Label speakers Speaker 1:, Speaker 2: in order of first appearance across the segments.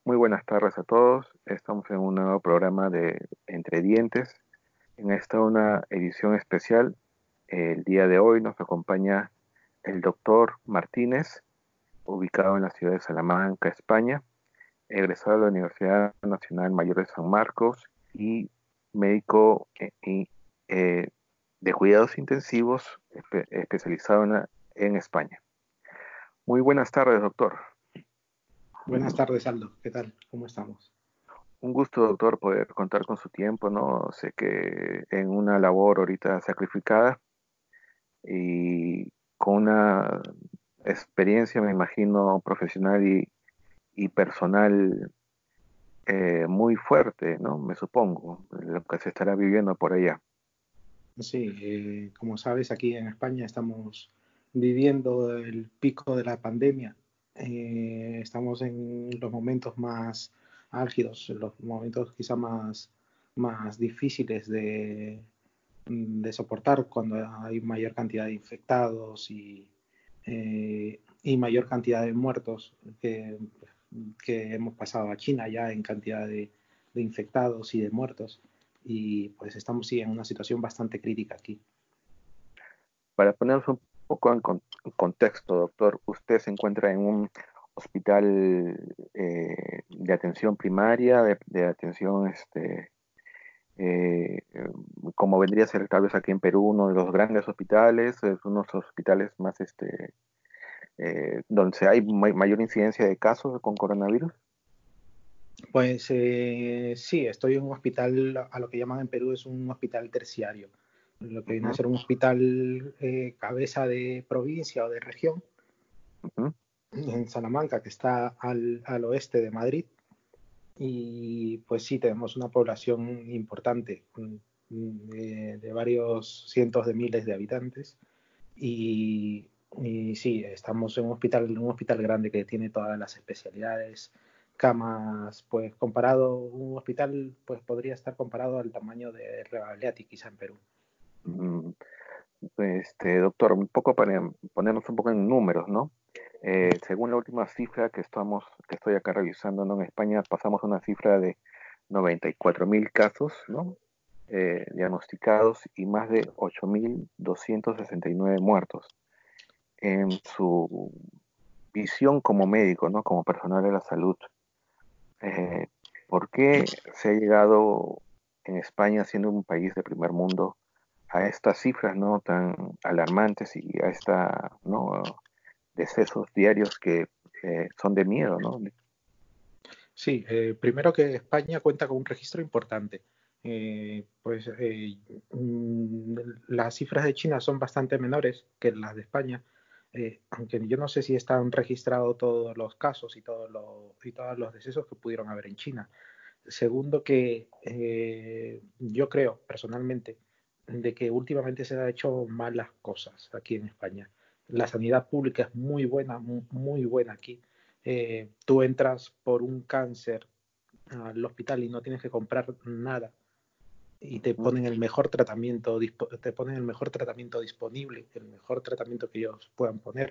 Speaker 1: Muy buenas tardes a todos. Estamos en un nuevo programa de Entre Dientes. En esta una edición especial. El día de hoy nos acompaña el doctor Martínez, ubicado en la ciudad de Salamanca, España, egresado de la Universidad Nacional Mayor de San Marcos y médico eh, de cuidados intensivos especializado en España. Muy buenas tardes, doctor.
Speaker 2: Buenas tardes, Aldo. ¿Qué tal? ¿Cómo estamos?
Speaker 1: Un gusto, doctor, poder contar con su tiempo, ¿no? Sé que en una labor ahorita sacrificada y con una experiencia, me imagino, profesional y personal muy fuerte, ¿no? Me supongo, lo que se estará viviendo por allá.
Speaker 2: Sí, como sabes, aquí en España estamos viviendo el pico de la pandemia. Estamos en los momentos más álgidos, los momentos quizá más difíciles de soportar cuando hay mayor cantidad de infectados y mayor cantidad de muertos que hemos pasado a China ya en cantidad de infectados y de muertos. Y pues estamos sí, en una situación bastante crítica aquí.
Speaker 1: Para ponernos un poco en contexto, doctor, usted se encuentra en un hospital de atención primaria, de atención eh, como vendría a ser tal vez aquí en Perú, uno de los grandes hospitales, es uno de los hospitales más, donde hay mayor incidencia de casos con coronavirus.
Speaker 2: Pues sí, estoy en un hospital, a lo que llaman en Perú es un hospital terciario, lo que viene a
Speaker 1: Ujú,
Speaker 2: ser un hospital cabeza de provincia o de región
Speaker 1: ujú.
Speaker 2: en Salamanca, que está al oeste de Madrid. Y pues sí, tenemos una población importante, de varios cientos de miles de habitantes. Y, y sí, estamos en un hospital grande que tiene todas las especialidades, camas, pues comparado, un hospital pues podría estar comparado al tamaño de Rebagliati quizá en Perú.
Speaker 1: Mm, Doctor, un poco para ponernos un poco en números, ¿no? Según la última cifra que estoy acá revisando, ¿no? En España pasamos una cifra de 94.000 casos, ¿no? Diagnosticados y más de 8.269 muertos. En su visión como médico, ¿no? Como personal de la salud, eh, ¿por qué se ha llegado en España, siendo un país de primer mundo, a estas cifras no tan alarmantes y a esta, ¿no? Decesos diarios que son de miedo, ¿no?
Speaker 2: Sí, primero que España cuenta con un registro importante. Pues las cifras de China son bastante menores que las de España, aunque yo no sé si están registrados todos los casos y todos los decesos que pudieron haber en China. Segundo, que yo creo personalmente de que últimamente se han hecho malas cosas aquí en España. La sanidad pública es muy buena, muy buena aquí. Tú entras por un cáncer al hospital y no tienes que comprar nada y te
Speaker 1: Ujú.
Speaker 2: ponen el mejor tratamiento, te ponen el mejor tratamiento disponible, el mejor tratamiento que ellos puedan poner.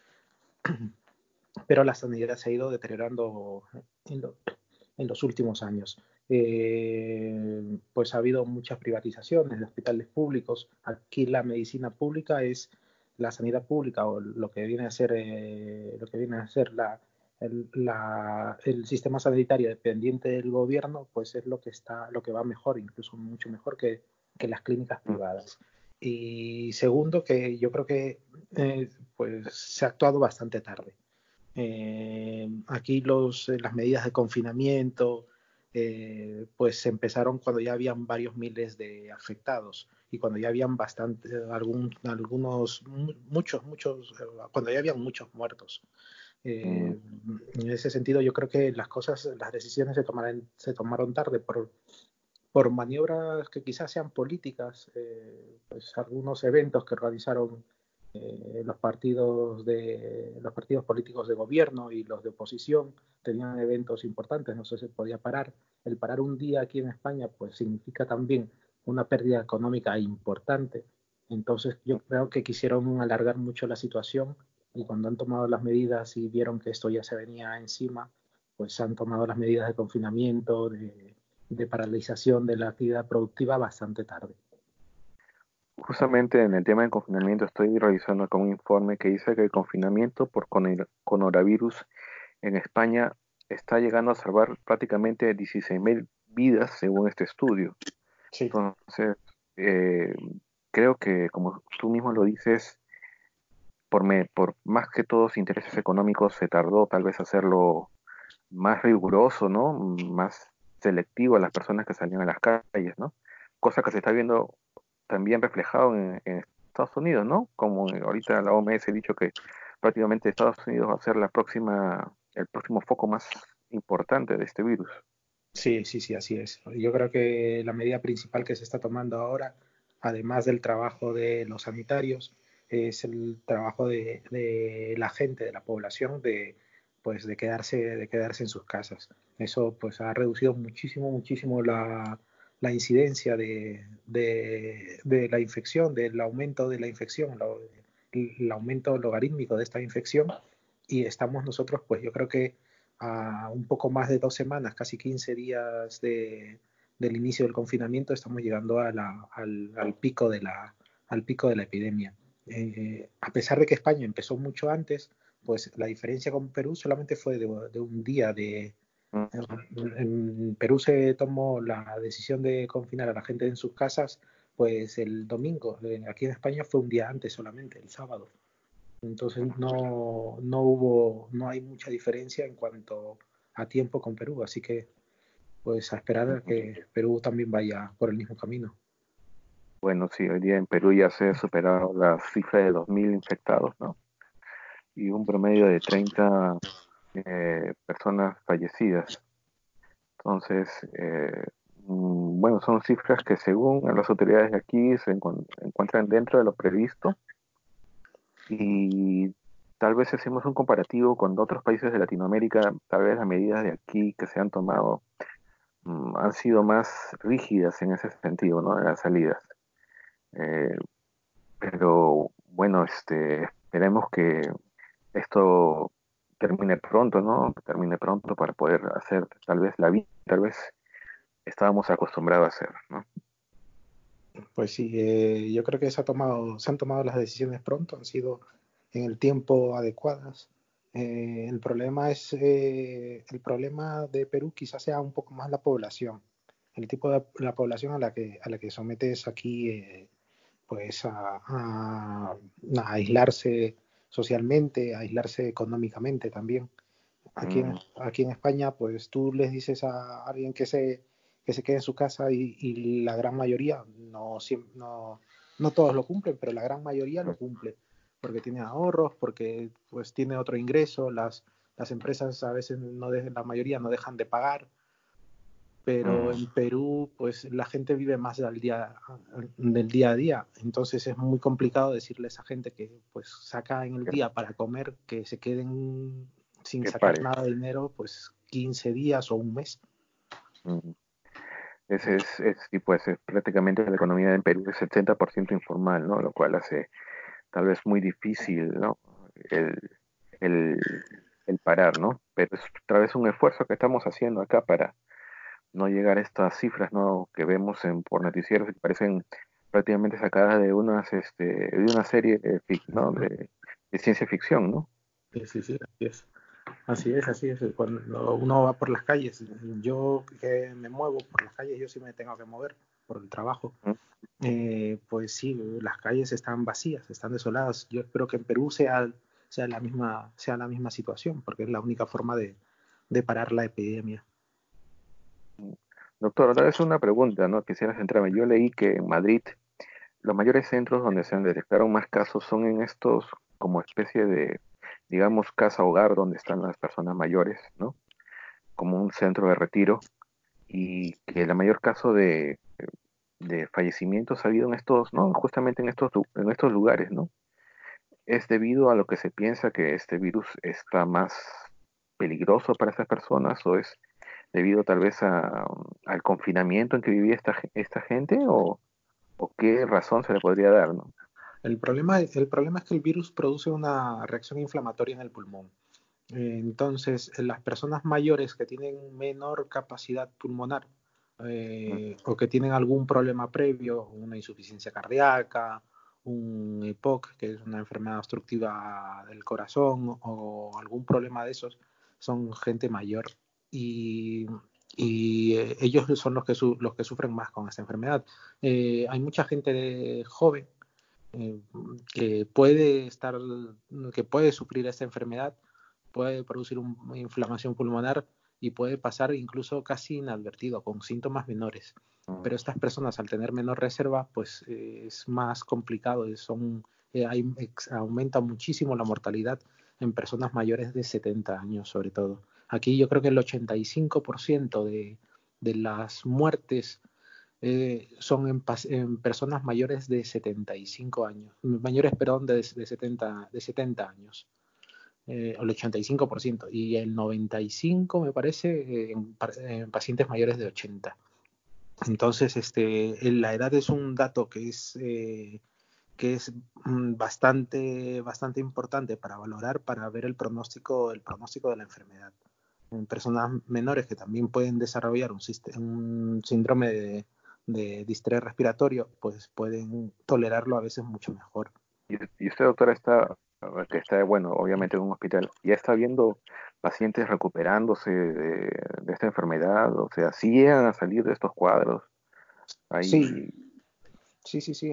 Speaker 2: Pero la sanidad se ha ido deteriorando en, lo, en los últimos años. Pues ha habido muchas privatizaciones de hospitales públicos. Aquí la medicina pública es la sanidad pública o lo que viene a ser el sistema sanitario dependiente del gobierno, pues es lo que va mejor, incluso mucho mejor que las clínicas privadas. Y segundo, que yo creo que pues se ha actuado bastante tarde. Aquí las medidas de confinamiento pues se empezaron cuando ya habían varios miles de afectados y cuando ya habían cuando ya habían muchos muertos.
Speaker 1: Mm,
Speaker 2: Eh, en ese sentido, yo creo que las decisiones se tomaron tarde por maniobras que quizás sean políticas, pues algunos eventos que organizaron los partidos políticos de gobierno y los de oposición tenían eventos importantes, no sé si se podía parar. El parar un día aquí en España pues significa también una pérdida económica importante. Entonces yo creo que quisieron alargar mucho la situación y cuando han tomado las medidas y vieron que esto ya se venía encima, pues se han tomado las medidas de confinamiento, de paralización de la actividad productiva bastante tarde.
Speaker 1: Justamente en el tema del confinamiento estoy revisando acá un informe que dice que el confinamiento por coronavirus en España está llegando a salvar prácticamente 16.000 vidas según este estudio.
Speaker 2: Sí.
Speaker 1: Entonces, eh, creo que como tú mismo lo dices, por más que todos intereses económicos se tardó tal vez hacerlo más riguroso, ¿no? Más selectivo a las personas que salían a las calles, ¿no? Cosa que se está viendo también reflejado en Estados Unidos, ¿no? Como ahorita la OMS ha dicho que prácticamente Estados Unidos va a ser el próximo foco más importante de este virus.
Speaker 2: Sí, sí, sí, así es. Yo creo que la medida principal que se está tomando ahora, además del trabajo de los sanitarios, es el trabajo de la gente, de la población, pues de quedarse en sus casas. Eso pues ha reducido muchísimo, muchísimo la incidencia de la infección, del aumento de la infección, el aumento logarítmico de esta infección. Y estamos nosotros, pues yo creo que a un poco más de 2 semanas, casi 15 días del inicio del confinamiento, estamos llegando al pico al pico de la epidemia. A pesar de que España empezó mucho antes, pues la diferencia con Perú solamente fue de un día.
Speaker 1: Mm.
Speaker 2: En Perú se tomó la decisión de confinar a la gente en sus casas pues el domingo. Aquí en España fue un día antes solamente, el sábado. Entonces no hay mucha diferencia en cuanto a tiempo con Perú, así que pues a esperar a que Perú también vaya por el mismo camino.
Speaker 1: Bueno, sí, hoy día en Perú ya se ha superado la cifra de 2.000 infectados, ¿no? Y un promedio de 30 personas fallecidas. Entonces, bueno, son cifras que según las autoridades de aquí se encuentran dentro de lo previsto y tal vez si hacemos un comparativo con otros países de Latinoamérica, tal vez las medidas de aquí que se han tomado han sido más rígidas en ese sentido, ¿no? En las salidas. Eh, pero bueno, esperemos que esto termine pronto, ¿no? Termine pronto para poder hacer tal vez la vida, tal vez estábamos acostumbrados a hacer, ¿no?
Speaker 2: Pues sí, yo creo que se han tomado las decisiones pronto, han sido en el tiempo adecuadas. El problema de Perú quizás sea un poco más la población, el tipo de la población a la que sometes aquí, pues a aislarse socialmente, a aislarse económicamente también.
Speaker 1: Mm,
Speaker 2: Aquí en España, pues tú les dices a alguien que se quede en su casa y la gran mayoría, no todos lo cumplen, pero la gran mayoría lo cumple, porque tiene ahorros, porque pues tiene otro ingreso, las empresas a veces la mayoría no dejan de pagar, pero
Speaker 1: mm,
Speaker 2: en Perú pues la gente vive más del día a día, entonces es muy complicado decirle a esa gente que pues saca en el
Speaker 1: que,
Speaker 2: día para comer que se queden sin
Speaker 1: que
Speaker 2: sacar
Speaker 1: pare.
Speaker 2: nada de dinero pues 15 días o un mes.
Speaker 1: Mm. Sí, pues prácticamente la economía en Perú es 70% informal, ¿no? Lo cual hace tal vez muy difícil, ¿no? El, el, el parar, ¿no? Pero es otra vez un esfuerzo que estamos haciendo acá para no llegar a estas cifras, ¿no? Que vemos por noticieros que parecen prácticamente sacadas de una serie ¿no? De ciencia ficción, ¿no?
Speaker 2: Sí, sí, sí, así es. Así es, así es. Cuando uno va por las calles, yo que me muevo por las calles, yo sí me tengo que mover por el trabajo.
Speaker 1: ¿Mm?
Speaker 2: Pues sí, las calles están vacías, están desoladas. Yo espero que en Perú sea la misma situación, porque es la única forma de parar la epidemia.
Speaker 1: Doctor, otra vez una pregunta, ¿no? Quisiera centrarme. Yo leí que en Madrid los mayores centros donde se han detectado más casos son en estos como especie de, digamos, casa hogar donde están las personas mayores, ¿no? Como un centro de retiro y que el mayor caso de fallecimientos ha habido en estos, ¿no? Justamente en estos lugares, ¿no? ¿Es debido a lo que se piensa que este virus está más peligroso para esas personas o es debido tal vez al confinamiento en que vivía esta gente o qué razón se le podría dar, ¿no?
Speaker 2: El problema es que el virus produce una reacción inflamatoria en el pulmón. Entonces, las personas mayores que tienen menor capacidad pulmonar o que tienen algún problema previo, una insuficiencia cardíaca, un EPOC, que es una enfermedad obstructiva del corazón, o algún problema de esos, son gente mayor y, ellos son los que sufren más con esta enfermedad. Hay mucha gente joven eh, que puede sufrir esta enfermedad, puede producir una inflamación pulmonar y puede pasar incluso casi inadvertido, con síntomas menores.
Speaker 1: Mm.
Speaker 2: Pero estas personas, al tener menor reserva, pues es más complicado, aumenta muchísimo la mortalidad en personas mayores de 70 años, sobre todo. Aquí yo creo que el 85% de las muertes son en personas mayores de 75 años, mayores, perdón, de 70 años, el 85%, y el 95% me parece en pacientes mayores de 80. Entonces, la edad es un dato que es bastante importante para valorar, para ver el pronóstico de la enfermedad. En personas menores que también pueden desarrollar un síndrome de distrés respiratorio, pues pueden tolerarlo a veces mucho mejor.
Speaker 1: Y usted, doctora, que está, bueno, obviamente en un hospital, ya está viendo pacientes recuperándose de esta enfermedad, o sea, sí llegan a salir de estos cuadros.
Speaker 2: Sí,
Speaker 1: Ahí.
Speaker 2: sí.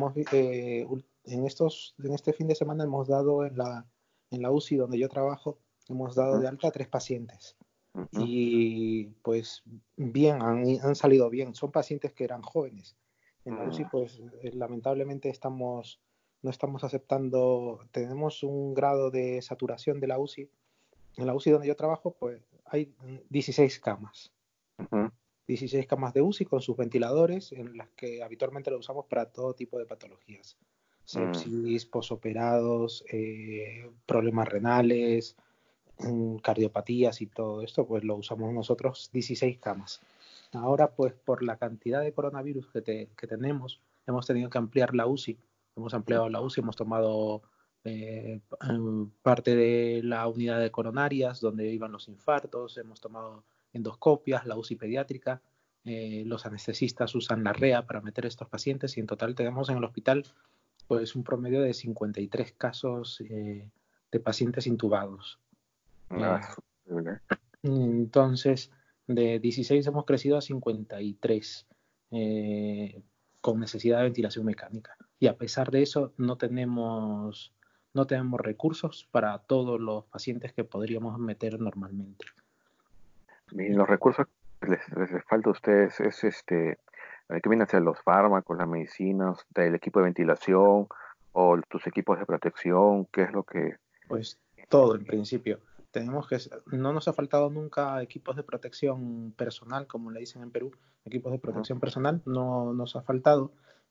Speaker 2: En este fin de semana hemos dado en la UCI donde yo trabajo, hemos dado
Speaker 1: Ujú,
Speaker 2: de alta a 3 pacientes.
Speaker 1: ujú,
Speaker 2: Y pues bien, han salido bien. Son pacientes que eran jóvenes. En la UCI,
Speaker 1: mm,
Speaker 2: pues lamentablemente no estamos aceptando, tenemos un grado de saturación de la UCI. En la UCI donde yo trabajo, pues hay 16 camas.
Speaker 1: ujú,
Speaker 2: 16 camas de UCI con sus ventiladores, en las que habitualmente lo usamos para todo tipo de patologías.
Speaker 1: mm.
Speaker 2: Sepsis, posoperados, problemas renales, cardiopatías y todo esto, pues lo usamos nosotros 16 camas. Ahora, pues por la cantidad de coronavirus que tenemos, hemos tenido que ampliar la UCI. Hemos ampliado la UCI, hemos tomado parte de la unidad de coronarias, donde iban los infartos, hemos tomado endoscopias, la UCI pediátrica. Los anestesistas usan la REA para meter a estos pacientes y en total tenemos en el hospital pues un promedio de 53 casos de pacientes intubados.
Speaker 1: Ah,
Speaker 2: Eh,
Speaker 1: horrible.
Speaker 2: entonces, de 16 hemos crecido a 53 con necesidad de ventilación mecánica. Y a pesar de eso, no tenemos recursos para todos los pacientes que podríamos meter normalmente.
Speaker 1: Y los recursos que les falta a ustedes ¿qué vienen a ser los fármacos, las medicinas, el equipo de ventilación o tus equipos de protección? ¿Qué es lo que...
Speaker 2: Pues todo en principio. No nos ha faltado nunca equipos de protección personal, como le dicen en Perú, equipos de
Speaker 1: Ujú,
Speaker 2: protección personal, no nos ha faltado,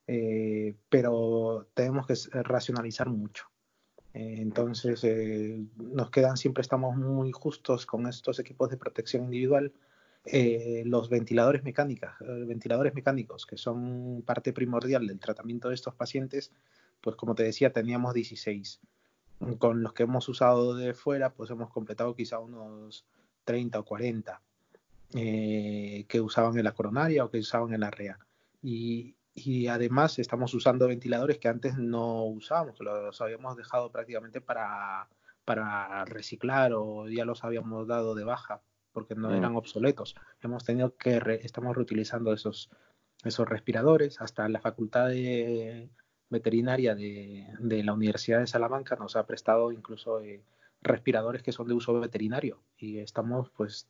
Speaker 2: pero tenemos que racionalizar mucho. Entonces, siempre estamos muy justos con estos equipos de protección individual. Los ventiladores mecánicos, que son parte primordial del tratamiento de estos pacientes, pues como te decía, teníamos 16. Con los que hemos usado de fuera, pues hemos completado quizá unos 30 o 40 que usaban en la coronaria o que usaban en la REA. Y además estamos usando ventiladores que antes no usábamos, que los habíamos dejado prácticamente para reciclar o ya los habíamos dado de baja porque no
Speaker 1: mm,
Speaker 2: eran obsoletos. Estamos reutilizando esos respiradores. Hasta la Facultad de Veterinaria de la Universidad de Salamanca nos ha prestado incluso respiradores que son de uso veterinario y estamos pues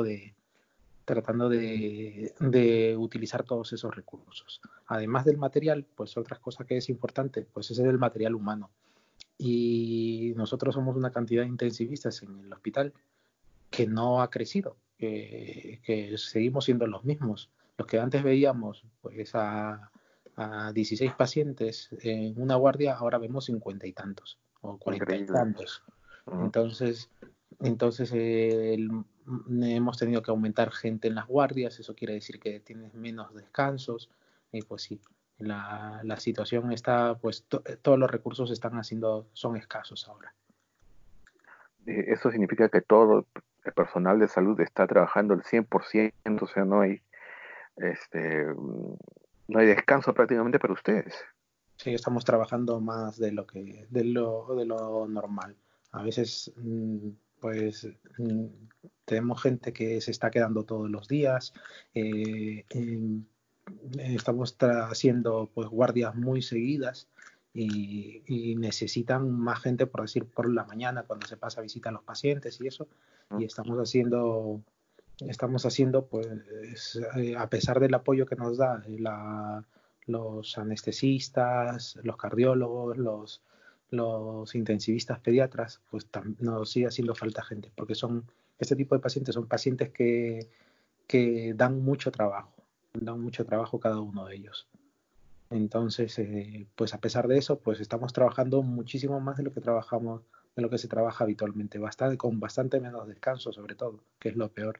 Speaker 2: tratando de utilizar todos esos recursos. Además del material, pues otra cosa que es importante, pues es el material humano. Y nosotros somos una cantidad de intensivistas en el hospital que no ha crecido, que seguimos siendo los mismos. Los que antes veíamos pues a 16 pacientes en una guardia, ahora vemos 50 y tantos o 40 y
Speaker 1: increíble.
Speaker 2: tantos.
Speaker 1: Ujú.
Speaker 2: Entonces, entonces, hemos tenido que aumentar gente en las guardias, eso quiere decir que tienes menos descansos, y pues sí, la situación está, pues todos los recursos son escasos ahora.
Speaker 1: eso significa que todo el personal de salud está trabajando al 100%, o sea, este, mm, no hay descanso prácticamente para ustedes.
Speaker 2: Sí, estamos trabajando más de lo normal. A veces, pues, tenemos gente que se está quedando todos los días. eh, em, Estamos haciendo pues guardias muy seguidas y necesitan más gente, por decir, por la mañana cuando se pasa a visita a los pacientes y eso. Y
Speaker 1: ¿No?
Speaker 2: estamos haciendo pues, a pesar del apoyo que nos da los anestesistas, los cardiólogos, los intensivistas pediatras, pues nos sigue haciendo falta gente, porque este tipo de pacientes son pacientes que dan mucho trabajo cada uno de ellos. Entonces, pues a pesar de eso, pues estamos trabajando muchísimo más de lo que se trabaja habitualmente, con bastante menos descanso sobre todo, que es lo peor.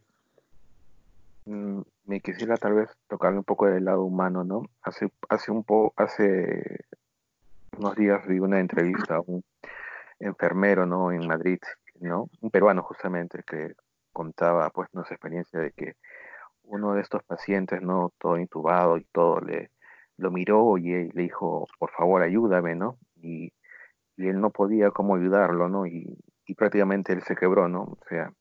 Speaker 1: Me quisiera tal vez tocar un poco del lado humano, ¿no? Hace unos días vi una entrevista a un enfermero, ¿no? En Madrid, ¿no? Un peruano justamente que contaba, pues, ¿no? Su experiencia de que uno de estos pacientes, ¿no? Todo intubado y todo, lo miró y él le dijo, por favor, ayúdame, ¿no? Y él no podía cómo ayudarlo, ¿no? Y prácticamente él se quebró, ¿no? O sea,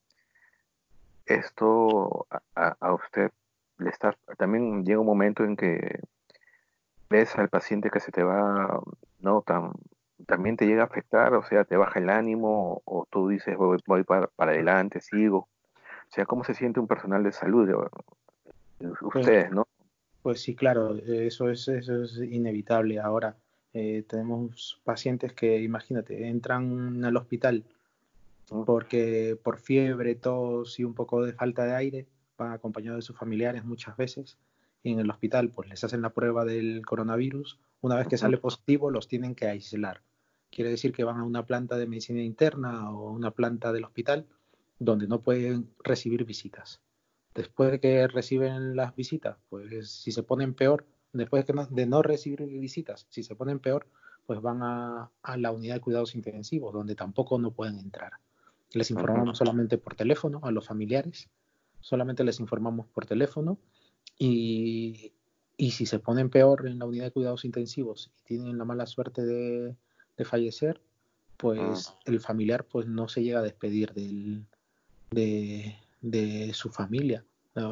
Speaker 1: esto a usted le está, también llega un momento en que ves al paciente que se te va, ¿no? También te llega a afectar, o sea, te baja el ánimo, o tú dices, voy para adelante, sigo. O sea, ¿cómo se siente un personal de salud,
Speaker 2: Pues,
Speaker 1: ustedes, ¿no?
Speaker 2: pues sí, claro, eso es inevitable. Ahora tenemos pacientes que, imagínate, entran al hospital
Speaker 1: ¿Mm?
Speaker 2: porque por fiebre, tos y un poco de falta de aire, van acompañados de sus familiares muchas veces, y en el hospital pues les hacen la prueba del coronavirus. Una vez que
Speaker 1: Ujú,
Speaker 2: sale positivo, los tienen que aislar. Quiere decir que van a una planta de medicina interna o una planta del hospital donde no pueden recibir visitas. Después de que reciben las visitas, pues si se ponen peor, después de no recibir visitas, si se ponen peor, pues van a la unidad de cuidados intensivos, donde tampoco no pueden entrar. Les
Speaker 1: ujú,
Speaker 2: informamos solamente por teléfono a los familiares, solamente les informamos por teléfono y, y si se ponen peor en la unidad de cuidados intensivos y tienen la mala suerte de fallecer,
Speaker 1: mm,
Speaker 2: pues el familiar pues no se llega a despedir de su familia,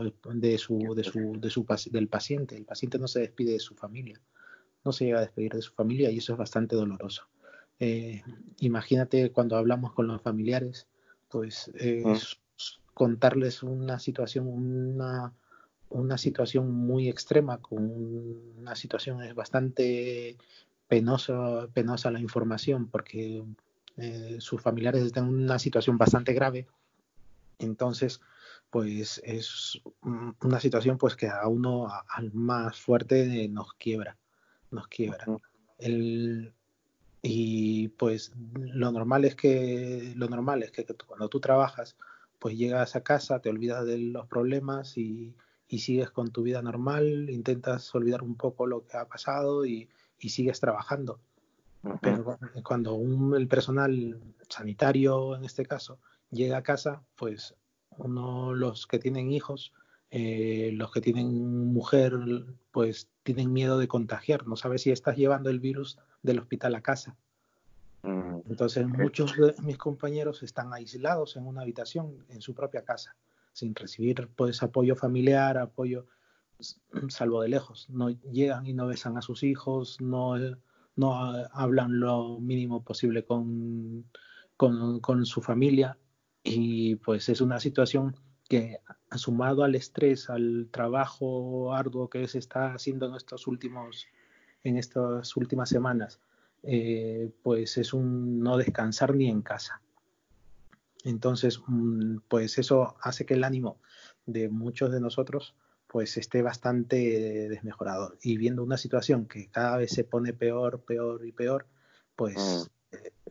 Speaker 2: del paciente. El paciente no se despide de su familia, no se llega a despedir de su familia y eso es bastante doloroso. Eh, Imagínate cuando hablamos con los familiares, pues
Speaker 1: mm,
Speaker 2: contarles una situación muy extrema, con una situación es bastante penosa la información, porque sus familiares están en una situación bastante grave. Entonces, pues es una situación pues que a uno, al más fuerte, nos quiebra.
Speaker 1: ujú,
Speaker 2: El, y pues lo normal es que cuando tú trabajas, pues llegas a casa, te olvidas de los problemas y sigues con tu vida normal, intentas olvidar un poco lo que ha pasado y sigues trabajando.
Speaker 1: ujú,
Speaker 2: Pero cuando el personal sanitario, en este caso, llega a casa, pues los que tienen hijos, los que tienen mujer, pues tienen miedo de contagiar. No sabes si estás llevando el virus del hospital a casa.
Speaker 1: mm,
Speaker 2: Entonces,
Speaker 1: ok,
Speaker 2: muchos de mis compañeros están aislados en una habitación en su propia casa, sin recibir pues apoyo familiar, apoyo salvo de lejos. No llegan y no besan a sus hijos, no hablan lo mínimo posible con su familia y pues es una situación que, sumado al estrés, al trabajo arduo que se está haciendo en estas últimas semanas, pues es un no descansar ni en casa. Entonces, pues eso hace que el ánimo de muchos de nosotros pues esté bastante desmejorado. Y viendo una situación que cada vez se pone peor, peor y peor,
Speaker 1: mm,
Speaker 2: pues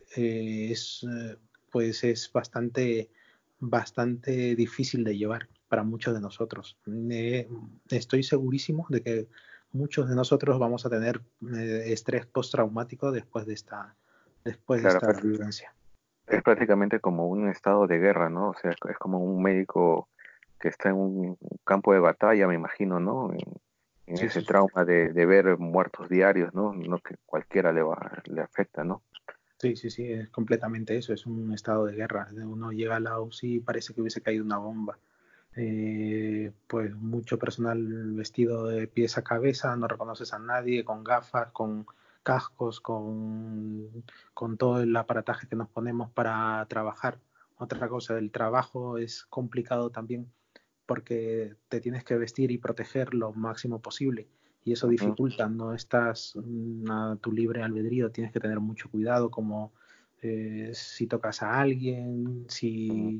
Speaker 2: pues es bastante difícil de llevar para muchos de nosotros. Estoy segurísimo de que muchos de nosotros vamos a tener estrés postraumático después de esta
Speaker 1: claro,
Speaker 2: vivencia.
Speaker 1: es prácticamente como un estado de guerra, ¿no? O sea, es como un médico que está en un campo de batalla, me imagino, ¿no? En
Speaker 2: Sí,
Speaker 1: ese
Speaker 2: sí,
Speaker 1: trauma de ver muertos diarios, ¿no? No que cualquiera le afecta, ¿no?
Speaker 2: sí, sí, sí, es completamente eso, es un estado de guerra. Uno llega a la UCI y parece que hubiese caído una bomba. Pues mucho personal vestido de pies a cabeza, no reconoces a nadie, con gafas, con cascos, con todo el aparataje que nos ponemos para trabajar. Otra cosa, el trabajo es complicado también porque te tienes que vestir y proteger lo máximo posible y eso
Speaker 1: Ujú,
Speaker 2: dificulta, no estás a tu libre albedrío, tienes que tener mucho cuidado como si tocas a alguien,
Speaker 1: ujú,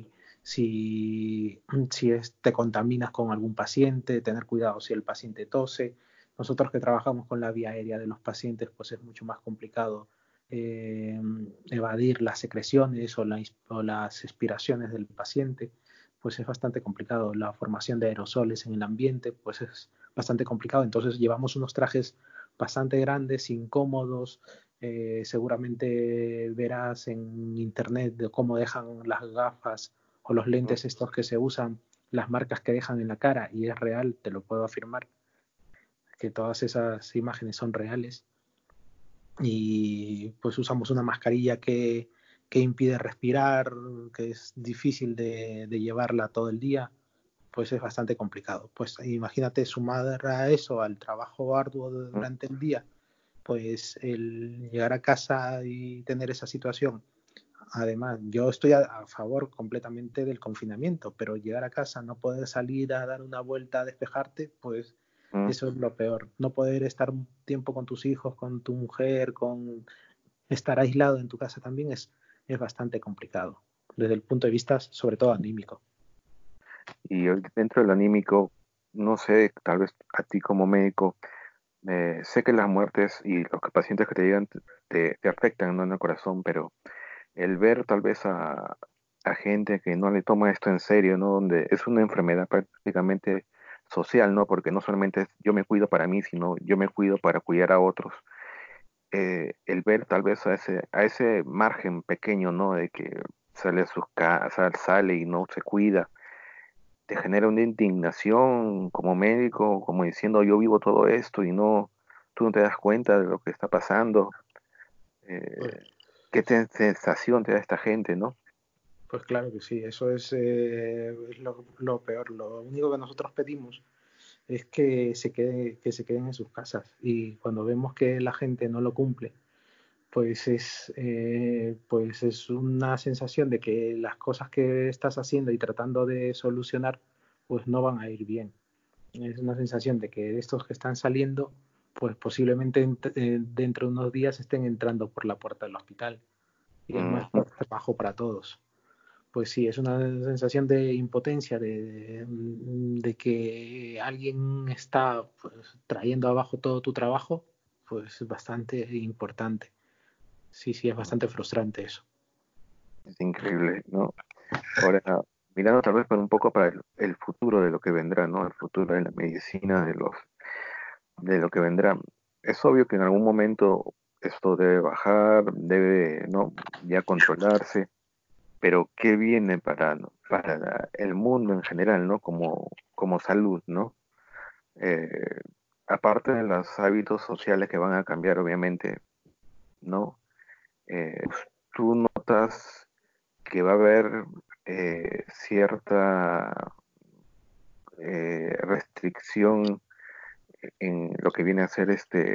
Speaker 2: si te contaminas con algún paciente, tener cuidado si el paciente tose. Nosotros que trabajamos con la vía aérea de los pacientes, pues es mucho más complicado eh, evadir las secreciones o las expiraciones del paciente, pues es bastante complicado. La formación de aerosoles en el ambiente, pues es bastante complicado. Entonces llevamos unos trajes bastante grandes, incómodos. Seguramente verás en internet de cómo dejan las gafas o los
Speaker 1: ujú.
Speaker 2: lentes estos que se usan, las marcas que dejan en la cara, y es real, te lo puedo afirmar, que todas esas imágenes son reales. Y pues usamos una mascarilla que impide respirar, que es difícil de llevarla todo el día, pues es bastante complicado. Pues imagínate sumar a eso al trabajo arduo durante el día, pues el llegar a casa y tener esa situación. Además, yo estoy a favor completamente del confinamiento, pero llegar a casa, no poder salir a dar una vuelta a despejarte, pues
Speaker 1: Ujú.
Speaker 2: eso es lo peor. No poder estar un tiempo con tus hijos, con tu mujer, con estar aislado en tu casa también es bastante complicado, desde el punto de vista sobre todo anímico.
Speaker 1: Y dentro del anímico, no sé, tal vez a ti como médico, sé que las muertes y los pacientes que te llegan te afectan, ¿no? En el corazón, pero el ver tal vez a gente que no le toma esto en serio, ¿no? Donde es una enfermedad prácticamente social, ¿no? Porque no solamente es yo me cuido para mí, sino yo me cuido para cuidar a otros. El ver tal vez a ese margen pequeño, ¿no? De que sale a sus casas, sale y no se cuida, te genera una indignación como médico, como diciendo yo vivo todo esto y no, tú no te das cuenta de lo que está pasando.
Speaker 2: Pues,
Speaker 1: Eh, ¿Qué sensación te da esta gente, no?
Speaker 2: pues claro que sí, eso es lo peor. Lo único que nosotros pedimos es que se queden en sus casas, y cuando vemos que la gente no lo cumple, pues es una sensación de que las cosas que estás haciendo y tratando de solucionar pues no van a ir bien. Es una sensación de que estos que están saliendo pues posiblemente dentro de unos días estén entrando por la puerta del hospital y es más
Speaker 1: Ujú.
Speaker 2: trabajo para todos. Pues sí, es una sensación de impotencia, de que alguien está pues, trayendo abajo todo tu trabajo, pues es bastante importante. Sí, sí, es bastante frustrante eso.
Speaker 1: Es increíble, ¿no? Ahora, mirando tal vez por un poco para el futuro de lo que vendrá, ¿no? El futuro de la medicina, de lo que vendrá. Es obvio que en algún momento esto debe bajar, debe, ¿no? Ya controlarse, pero ¿qué viene para el mundo en general, ¿no? Como salud, ¿no? Eh, Aparte de los hábitos sociales que van a cambiar, obviamente, ¿no? Eh, Tú notas que va a haber cierta restricción en lo que viene a ser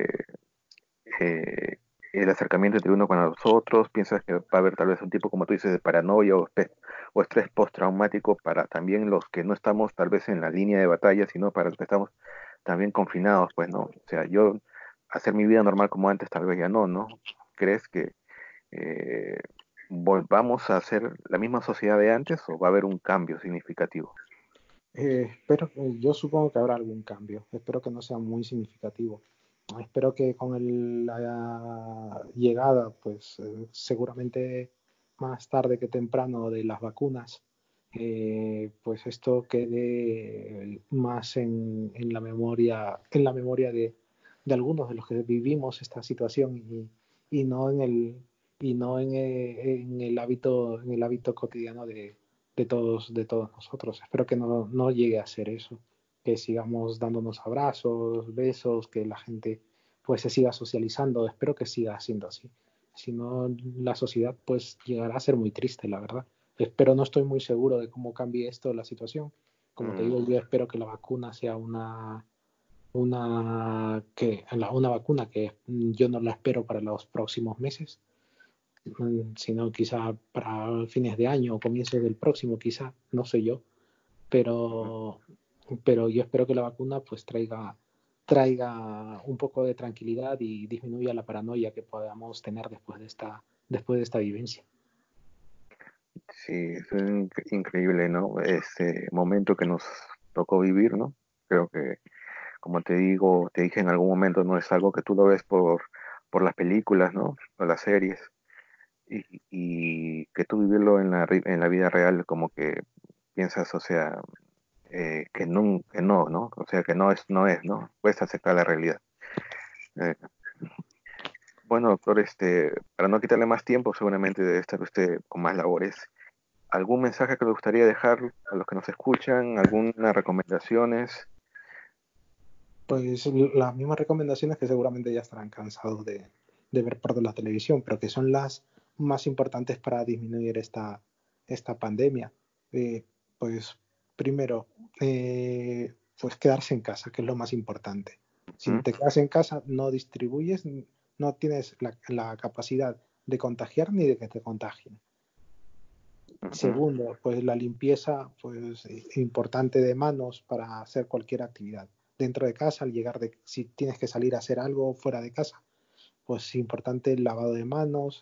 Speaker 1: eh, el acercamiento entre uno con los otros. ¿Piensas que va a haber tal vez un tipo, como tú dices, de paranoia o estrés postraumático para también los que no estamos tal vez en la línea de batalla, sino para los que estamos también confinados, pues, ¿no? O sea, yo hacer mi vida normal como antes tal vez ya no, ¿no? ¿Crees que eh, volvamos a ser la misma sociedad de antes o va a haber un cambio significativo?
Speaker 2: Yo supongo que habrá algún cambio. Espero que no sea muy significativo. Espero que con la llegada, pues seguramente más tarde que temprano, de las vacunas, pues esto quede más en la memoria de algunos de los que vivimos esta situación y no en y no en el hábito cotidiano de todos nosotros. Espero que no llegue a ser eso, que sigamos dándonos abrazos, besos, que la gente pues se siga socializando. Espero que siga siendo así. Si no, la sociedad pues llegará a ser muy triste, la verdad. Pero no estoy muy seguro de cómo cambie esto la situación. Como te digo,
Speaker 1: Mm,
Speaker 2: yo espero que la vacuna sea una vacuna que yo no la espero para los próximos meses, sino quizá para fines de año o comienzos del próximo, quizá, no sé yo,
Speaker 1: ujú.
Speaker 2: pero, pero yo espero que la vacuna pues traiga un poco de tranquilidad y disminuya la paranoia que podamos tener después de esta vivencia.
Speaker 1: Sí, es increíble, ¿no? Este momento que nos tocó vivir, ¿no? Creo que, como te digo, te dije en algún momento, no es algo que tú lo ves por las películas, ¿no? O las series, y que tú vivirlo en en la vida real, como que piensas, o sea, que no, ¿no? O sea, que no es, ¿no? Cuesta aceptar la realidad. Eh, bueno, doctor, para no quitarle más tiempo, seguramente debe estar usted con más labores. ¿Algún mensaje que le gustaría dejar a los que nos escuchan? ¿Algunas recomendaciones?
Speaker 2: Pues las mismas recomendaciones que seguramente ya estarán cansados de ver por la televisión, pero que son las más importantes para disminuir esta pandemia. Eh, pues primero, pues quedarse en casa, que es lo más importante. Si
Speaker 1: ¿Mm?
Speaker 2: te quedas en casa, no distribuyes, no tienes la capacidad de contagiar ni de que te contagien.
Speaker 1: Ujú.
Speaker 2: Segundo, pues la limpieza pues importante de manos para hacer cualquier actividad. Dentro de casa, al llegar si tienes que salir a hacer algo fuera de casa, pues importante el lavado de manos,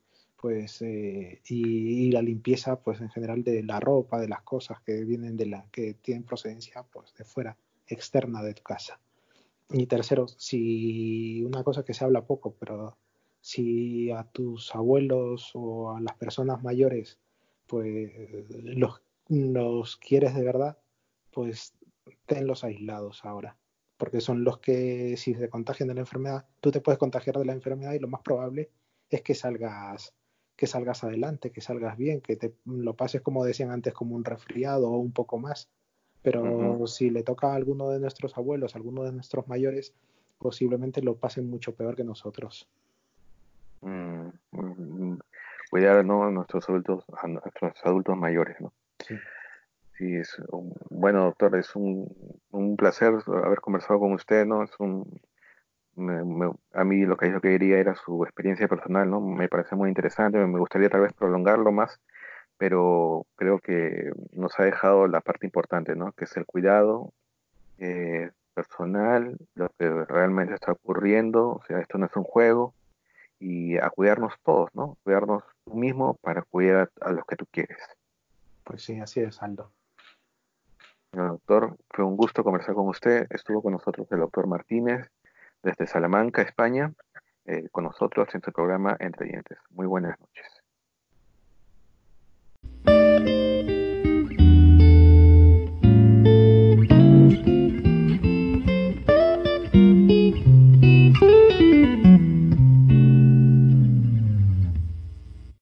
Speaker 2: y la limpieza pues en general de la ropa, de las cosas que vienen que tienen procedencia pues de fuera, externa de tu casa. Y tercero, si una cosa que se habla poco, pero si a tus abuelos o a las personas mayores, pues los quieres de verdad, pues tenlos aislados ahora. Porque son los que, si se contagian de la enfermedad, tú te puedes contagiar de la enfermedad y lo más probable es que salgas adelante, que salgas bien, que te lo pases, como decían antes, como un resfriado o un poco más,
Speaker 1: Ujú.
Speaker 2: pero si le toca a alguno de nuestros abuelos, a alguno de nuestros mayores, posiblemente lo pasen mucho peor que nosotros.
Speaker 1: Mm, cuidar, ¿no? A nuestros adultos mayores, ¿no?
Speaker 2: Sí,
Speaker 1: Sí, bueno, doctor, un placer haber conversado con usted, ¿no? A mí lo que quería era su experiencia personal, ¿no? Me parece muy interesante, me gustaría tal vez prolongarlo más, pero creo que nos ha dejado la parte importante, ¿no? Que es el cuidado personal, lo que realmente está ocurriendo, o sea, esto no es un juego, y a cuidarnos todos, ¿no? Cuidarnos tú mismo para cuidar a los que tú quieres.
Speaker 2: pues sí, así es, Aldo.
Speaker 1: Bueno, doctor, fue un gusto conversar con usted. Estuvo con nosotros el doctor Martínez desde Salamanca, España, con nosotros en su programa Entre Dientes. Muy buenas noches.